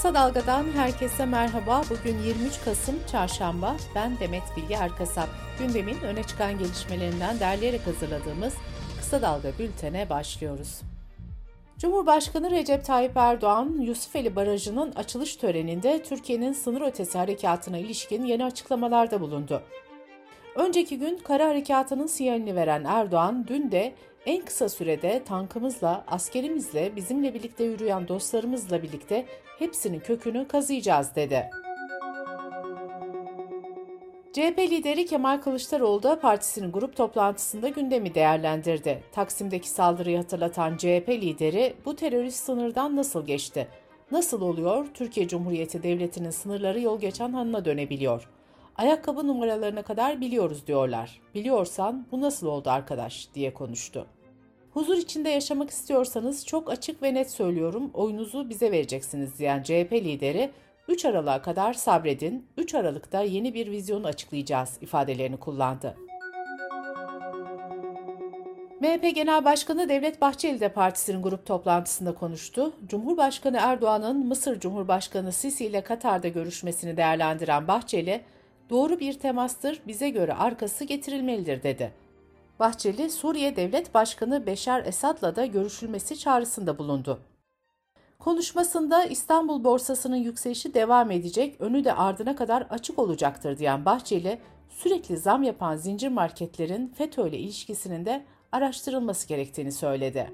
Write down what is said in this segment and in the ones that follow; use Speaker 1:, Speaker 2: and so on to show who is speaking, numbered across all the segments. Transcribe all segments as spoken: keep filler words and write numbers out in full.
Speaker 1: Kısa Dalga'dan herkese merhaba. Bugün yirmi üç Kasım Çarşamba. Ben Demet Bilge Erkasap. Gündemin öne çıkan gelişmelerinden derleyerek hazırladığımız Kısa Dalga bültene başlıyoruz. Cumhurbaşkanı Recep Tayyip Erdoğan, Yusufeli Barajı'nın açılış töreninde Türkiye'nin sınır ötesi harekatına ilişkin yeni açıklamalarda bulundu. Önceki gün kara harekatının sinyalini veren Erdoğan, dün de en kısa sürede tankımızla, askerimizle, bizimle birlikte yürüyen dostlarımızla birlikte hepsinin kökünü kazıyacağız dedi. C H P lideri Kemal Kılıçdaroğlu da partisinin grup toplantısında gündemi değerlendirdi. Taksim'deki saldırıyı hatırlatan C H P lideri, bu terörist sınırdan nasıl geçti? Nasıl oluyor Türkiye Cumhuriyeti Devleti'nin sınırları yol geçen hanına dönebiliyor? Ayakkabı numaralarına kadar biliyoruz diyorlar. Biliyorsan bu nasıl oldu arkadaş diye konuştu. Huzur içinde yaşamak istiyorsanız çok açık ve net söylüyorum, oyunuzu bize vereceksiniz diyen C H P lideri, üç Aralık'a kadar sabredin, üç Aralık'ta yeni bir vizyonu açıklayacağız ifadelerini kullandı. M H P Genel Başkanı Devlet Bahçeli de partisinin grup toplantısında konuştu. Cumhurbaşkanı Erdoğan'ın Mısır Cumhurbaşkanı Sisi ile Katar'da görüşmesini değerlendiren Bahçeli, doğru bir temastır, bize göre arkası getirilmelidir dedi. Bahçeli, Suriye Devlet Başkanı Beşar Esad'la da görüşülmesi çağrısında bulundu. Konuşmasında İstanbul borsasının yükselişi devam edecek, önü de ardına kadar açık olacaktır diyen Bahçeli, sürekli zam yapan zincir marketlerin FETÖ ile ilişkisinin de araştırılması gerektiğini söyledi.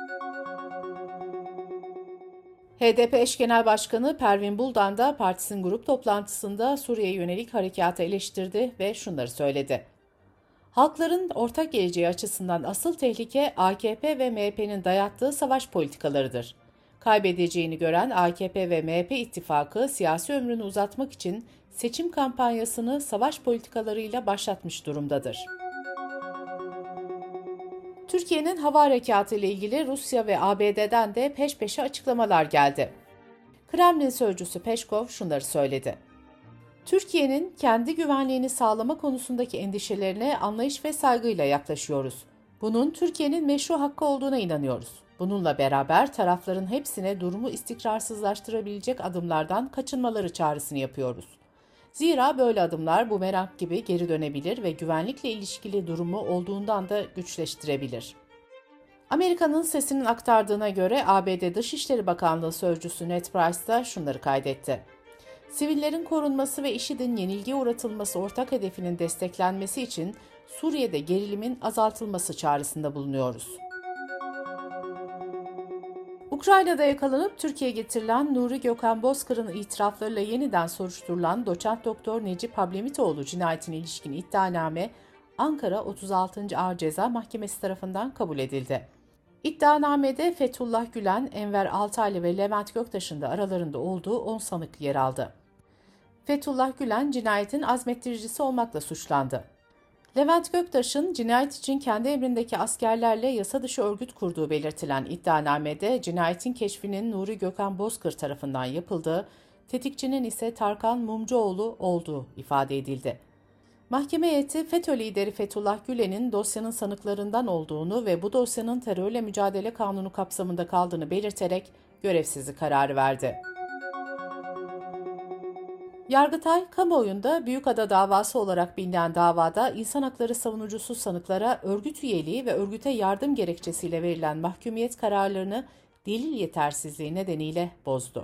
Speaker 1: H D P eş genel başkanı Pervin Buldan da partisinin grup toplantısında Suriye'ye yönelik harekatı eleştirdi ve şunları söyledi. Halkların ortak geleceği açısından asıl tehlike A K P ve M H P'nin dayattığı savaş politikalarıdır. Kaybedeceğini gören A K P ve M H P ittifakı siyasi ömrünü uzatmak için seçim kampanyasını savaş politikalarıyla başlatmış durumdadır. Türkiye'nin hava harekatı ile ilgili Rusya ve A B D'den de peş peşe açıklamalar geldi. Kremlin sözcüsü Peşkov şunları söyledi. Türkiye'nin kendi güvenliğini sağlama konusundaki endişelerine anlayış ve saygıyla yaklaşıyoruz. Bunun Türkiye'nin meşru hakkı olduğuna inanıyoruz. Bununla beraber tarafların hepsine durumu istikrarsızlaştırabilecek adımlardan kaçınmaları çağrısını yapıyoruz. Zira böyle adımlar bumerang gibi geri dönebilir ve güvenlikle ilişkili durumu olduğundan da güçleştirebilir. Amerika'nın sesinin aktardığına göre A B D Dışişleri Bakanlığı sözcüsü Ned Price da şunları kaydetti. Sivillerin korunması ve IŞİD'in yenilgiye uğratılması ortak hedefinin desteklenmesi için Suriye'de gerilimin azaltılması çağrısında bulunuyoruz. Ukrayna'da yakalanıp Türkiye'ye getirilen Nuri Gökhan Bozkır'ın itiraflarıyla yeniden soruşturulan doçent doktor Necip Hablemitoğlu cinayetine ilişkin iddianame Ankara otuz altıncı Ağır Ceza Mahkemesi tarafından kabul edildi. İddianamede Fethullah Gülen, Enver Altaylı ve Levent Göktaş'ın da aralarında olduğu on sanık yer aldı. Fethullah Gülen cinayetin azmettiricisi olmakla suçlandı. Levent Göktaş'ın cinayet için kendi emrindeki askerlerle yasa dışı örgüt kurduğu belirtilen iddianamede cinayetin keşfinin Nuri Gökhan Bozkır tarafından yapıldığı, tetikçinin ise Tarkan Mumcuoğlu olduğu ifade edildi. Mahkeme heyeti FETÖ lideri Fethullah Gülen'in dosyanın sanıklarından olduğunu ve bu dosyanın terörle mücadele kanunu kapsamında kaldığını belirterek görevsizlik kararı verdi. Yargıtay, kamuoyunda Büyükada davası olarak bilinen davada insan hakları savunucusu sanıklara örgüt üyeliği ve örgüte yardım gerekçesiyle verilen mahkumiyet kararlarını delil yetersizliği nedeniyle bozdu.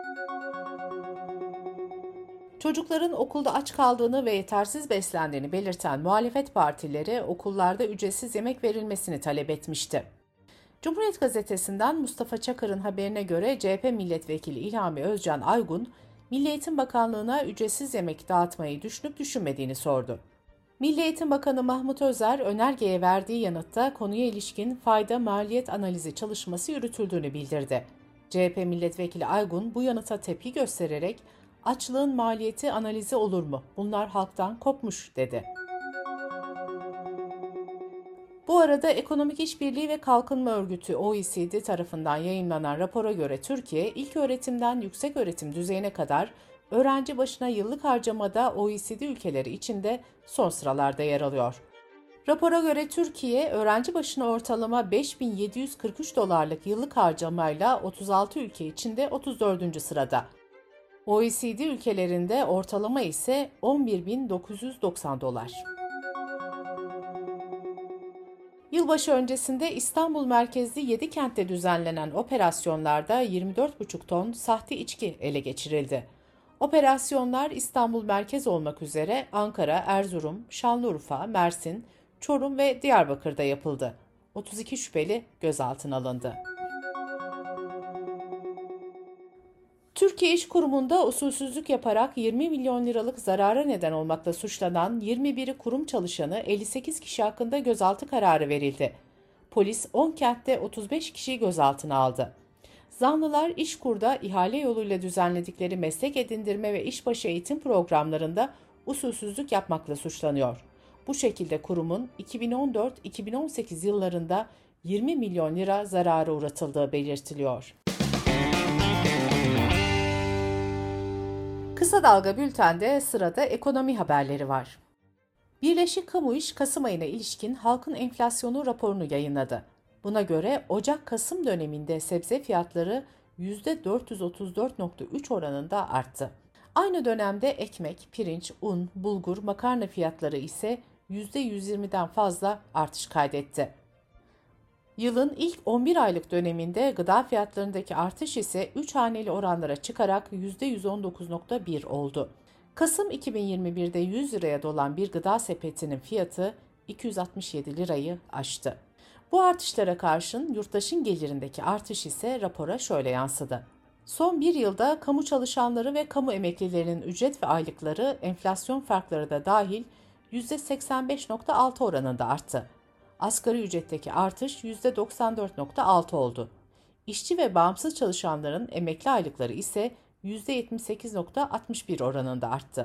Speaker 1: Çocukların okulda aç kaldığını ve yetersiz beslendiğini belirten muhalefet partileri okullarda ücretsiz yemek verilmesini talep etmişti. Cumhuriyet Gazetesi'nden Mustafa Çakır'ın haberine göre C H P Milletvekili İlhami Özcan Aygun, Milli Eğitim Bakanlığı'na ücretsiz yemek dağıtmayı düşünüp düşünmediğini sordu. Milli Eğitim Bakanı Mahmut Özer, önergeye verdiği yanıtta konuya ilişkin fayda maliyet analizi çalışması yürütüldüğünü bildirdi. C H P Milletvekili Aygun bu yanıta tepki göstererek, açlığın maliyeti analizi olur mu? Bunlar halktan kopmuş dedi. Bu arada Ekonomik İşbirliği ve Kalkınma Örgütü O E C D tarafından yayımlanan rapora göre Türkiye, ilköğretimden yükseköğretim düzeyine kadar öğrenci başına yıllık harcamada O E C D ülkeleri içinde son sıralarda yer alıyor. Rapora göre Türkiye, öğrenci başına ortalama beş bin yedi yüz kırk üç dolarlık yıllık harcamayla otuz altı ülke içinde otuz dördüncü sırada. O E C D ülkelerinde ortalama ise on bir bin dokuz yüz doksan dolar. Yılbaşı öncesinde İstanbul merkezli yedi kentte düzenlenen operasyonlarda yirmi dört buçuk ton sahte içki ele geçirildi. Operasyonlar İstanbul merkez olmak üzere Ankara, Erzurum, Şanlıurfa, Mersin, Çorum ve Diyarbakır'da yapıldı. otuz iki şüpheli gözaltına alındı. Türkiye İş Kurumu'nda usulsüzlük yaparak yirmi milyon liralık zarara neden olmakla suçlanan yirmi biri kurum çalışanı elli sekiz kişi hakkında gözaltı kararı verildi. Polis on kentte otuz beş kişiyi gözaltına aldı. Zanlılar İşkur'da ihale yoluyla düzenledikleri meslek edindirme ve işbaşı eğitim programlarında usulsüzlük yapmakla suçlanıyor. Bu şekilde kurumun iki bin on dört iki bin on sekiz yıllarında yirmi milyon lira zarara uğratıldığı belirtiliyor. Kısa Dalga Bülten'de sırada ekonomi haberleri var. Birleşik Kamu İş, Kasım ayına ilişkin halkın enflasyonu raporunu yayınladı. Buna göre Ocak-Kasım döneminde sebze fiyatları yüzde dört yüz otuz dört virgül üç oranında arttı. Aynı dönemde ekmek, pirinç, un, bulgur, makarna fiyatları ise yüzde yüz yirmiden fazla artış kaydetti. Yılın ilk on bir aylık döneminde gıda fiyatlarındaki artış ise üç haneli oranlara çıkarak yüzde yüz on dokuz virgül bir oldu. Kasım iki bin yirmi birde yüz liraya dolan bir gıda sepetinin fiyatı iki yüz altmış yedi lirayı aştı. Bu artışlara karşın yurttaşın gelirindeki artış ise rapora şöyle yansıdı. Son bir yılda kamu çalışanları ve kamu emeklilerinin ücret ve aylıkları enflasyon farkları da dahil yüzde seksen beş virgül altı oranında arttı. Asgari ücretteki artış yüzde doksan dört virgül altı oldu. İşçi ve bağımsız çalışanların emekli aylıkları ise yüzde yetmiş sekiz virgül altmış bir oranında arttı.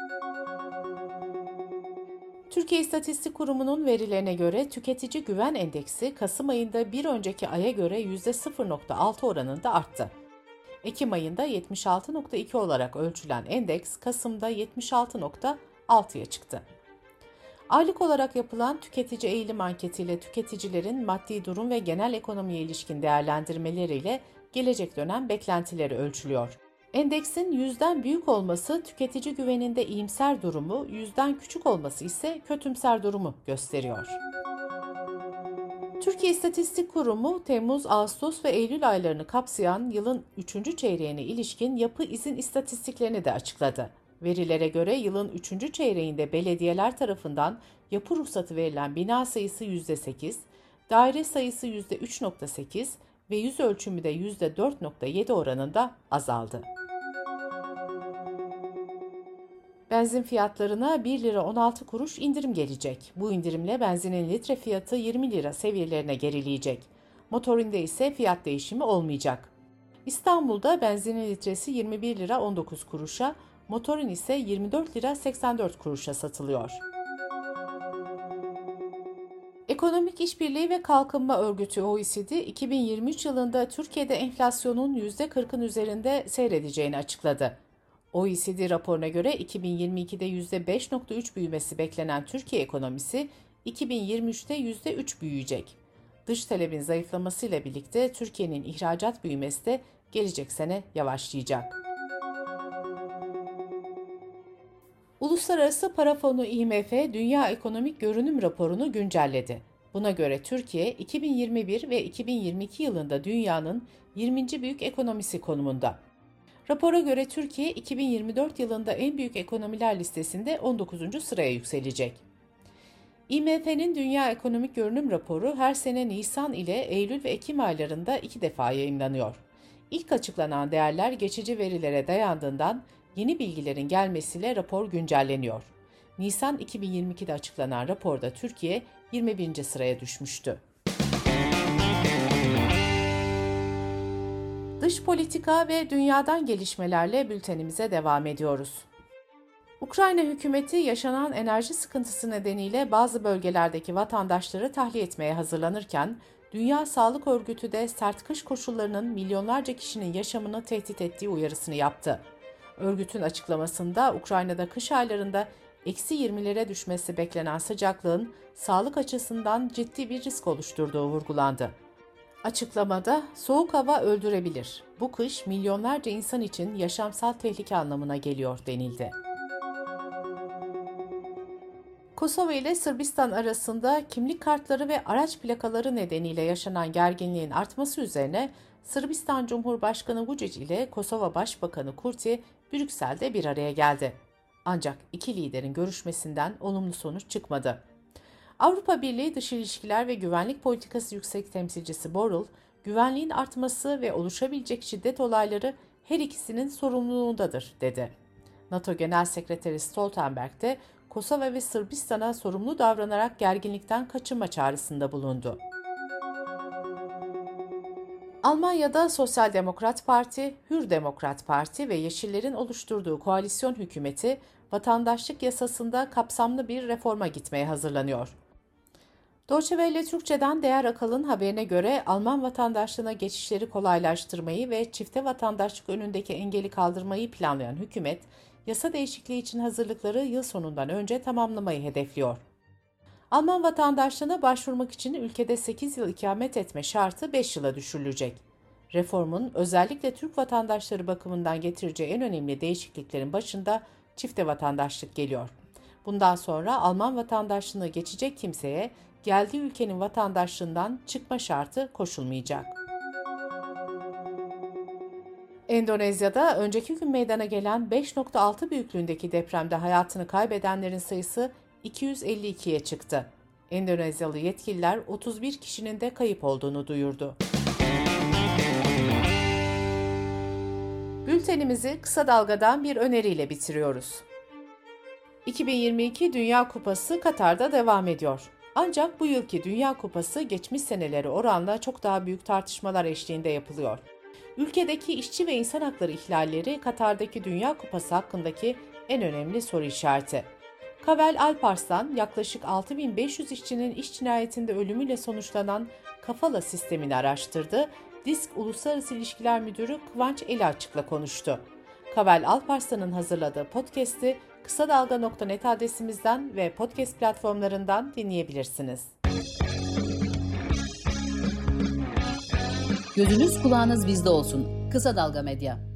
Speaker 1: Türkiye İstatistik Kurumu'nun verilerine göre tüketici güven endeksi Kasım ayında bir önceki aya göre yüzde sıfır virgül altı oranında arttı. Ekim ayında yetmiş altı virgül iki olarak ölçülen endeks Kasım'da yetmiş altı virgül altıya çıktı. Aylık olarak yapılan tüketici eğilim anketiyle tüketicilerin maddi durum ve genel ekonomiye ilişkin değerlendirmeleriyle gelecek dönem beklentileri ölçülüyor. Endeksin yüzden büyük olması tüketici güveninde iyimser durumu, yüzden küçük olması ise kötümser durumu gösteriyor. Türkiye İstatistik Kurumu, Temmuz, Ağustos ve Eylül aylarını kapsayan yılın üçüncü çeyreğine ilişkin yapı izin istatistiklerini de açıkladı. Verilere göre yılın üçüncü çeyreğinde belediyeler tarafından yapı ruhsatı verilen bina sayısı yüzde sekiz, daire sayısı yüzde üç virgül sekiz ve yüz ölçümü de yüzde dört virgül yedi oranında azaldı. Benzin fiyatlarına bir lira on altı kuruş indirim gelecek. Bu indirimle benzinin litre fiyatı yirmi lira seviyelerine gerileyecek. Motorinde ise fiyat değişimi olmayacak. İstanbul'da benzinin litresi yirmi bir lira on dokuz kuruşa, motorin ise yirmi dört lira seksen dört kuruşa satılıyor. Ekonomik İşbirliği ve Kalkınma Örgütü O E C D, iki bin yirmi üç yılında Türkiye'de enflasyonun yüzde kırkın üzerinde seyredeceğini açıkladı. O E C D raporuna göre iki bin yirmi ikide yüzde beş virgül üç büyümesi beklenen Türkiye ekonomisi iki bin yirmi üçte yüzde üç büyüyecek. Dış talebin zayıflamasıyla birlikte Türkiye'nin ihracat büyümesi de gelecek sene yavaşlayacak. Uluslararası Para Fonu I M F, Dünya Ekonomik Görünüm raporunu güncelledi. Buna göre Türkiye, iki bin yirmi bir ve iki bin yirmi iki yılında dünyanın yirminci büyük ekonomisi konumunda. Rapora göre Türkiye, iki bin yirmi dört yılında en büyük ekonomiler listesinde on dokuzuncu sıraya yükselecek. I M F'nin Dünya Ekonomik Görünüm raporu her sene Nisan ile Eylül ve Ekim aylarında iki defa yayımlanıyor. İlk açıklanan değerler geçici verilere dayandığından yeni bilgilerin gelmesiyle rapor güncelleniyor. Nisan iki bin yirmi ikide açıklanan raporda Türkiye yirmi birinci sıraya düşmüştü. Dış politika ve dünyadan gelişmelerle bültenimize devam ediyoruz. Ukrayna hükümeti yaşanan enerji sıkıntısı nedeniyle bazı bölgelerdeki vatandaşları tahliye etmeye hazırlanırken, Dünya Sağlık Örgütü de sert kış koşullarının milyonlarca kişinin yaşamını tehdit ettiği uyarısını yaptı. Örgütün açıklamasında Ukrayna'da kış aylarında eksi yirmilere düşmesi beklenen sıcaklığın sağlık açısından ciddi bir risk oluşturduğu vurgulandı. Açıklamada soğuk hava öldürebilir. Bu kış milyonlarca insan için yaşamsal tehlike anlamına geliyor denildi. Kosova ile Sırbistan arasında kimlik kartları ve araç plakaları nedeniyle yaşanan gerginliğin artması üzerine Sırbistan Cumhurbaşkanı Vučić ile Kosova Başbakanı Kurti Brüksel'de bir araya geldi. Ancak iki liderin görüşmesinden olumlu sonuç çıkmadı. Avrupa Birliği Dış İlişkiler ve Güvenlik Politikası Yüksek Temsilcisi Borrell, güvenliğin artması ve oluşabilecek şiddet olayları her ikisinin sorumluluğundadır, dedi. NATO Genel Sekreteri Stoltenberg de Kosova ve Sırbistan'a sorumlu davranarak gerginlikten kaçınma çağrısında bulundu. Almanya'da Sosyal Demokrat Parti, Hür Demokrat Parti ve Yeşillerin oluşturduğu koalisyon hükümeti, vatandaşlık yasasında kapsamlı bir reforma gitmeye hazırlanıyor. Deutsche Welle Türkçe'den Değer Akalın haberine göre Alman vatandaşlığına geçişleri kolaylaştırmayı ve çifte vatandaşlık önündeki engeli kaldırmayı planlayan hükümet, yasa değişikliği için hazırlıkları yıl sonundan önce tamamlamayı hedefliyor. Alman vatandaşlığına başvurmak için ülkede sekiz yıl ikamet etme şartı beş yıla düşürülecek. Reformun özellikle Türk vatandaşları bakımından getireceği en önemli değişikliklerin başında çifte vatandaşlık geliyor. Bundan sonra Alman vatandaşlığına geçecek kimseye geldiği ülkenin vatandaşlığından çıkma şartı koşulmayacak. Endonezya'da önceki gün meydana gelen beş nokta altı büyüklüğündeki depremde hayatını kaybedenlerin sayısı iki yüz elli ikiye çıktı. Endonezyalı yetkililer otuz bir kişinin de kayıp olduğunu duyurdu. Bültenimizi kısa dalgadan bir öneriyle bitiriyoruz. iki bin yirmi iki Dünya Kupası Katar'da devam ediyor. Ancak bu yılki Dünya Kupası geçmiş seneleri oranla çok daha büyük tartışmalar eşliğinde yapılıyor. Ülkedeki işçi ve insan hakları ihlalleri Katar'daki Dünya Kupası hakkındaki en önemli soru işareti. Kavel Alparslan yaklaşık altı bin beş yüz işçinin iş cinayetinde ölümüyle sonuçlanan kafala sistemini araştırdı. Disk Uluslararası İlişkiler Müdürü Kıvanç Eliaçık'la konuştu. Kavel Alparslan'ın hazırladığı podcast'i kısadalga nokta net adresimizden ve podcast platformlarından dinleyebilirsiniz.
Speaker 2: Gözünüz kulağınız bizde olsun. Kısa Dalga Medya.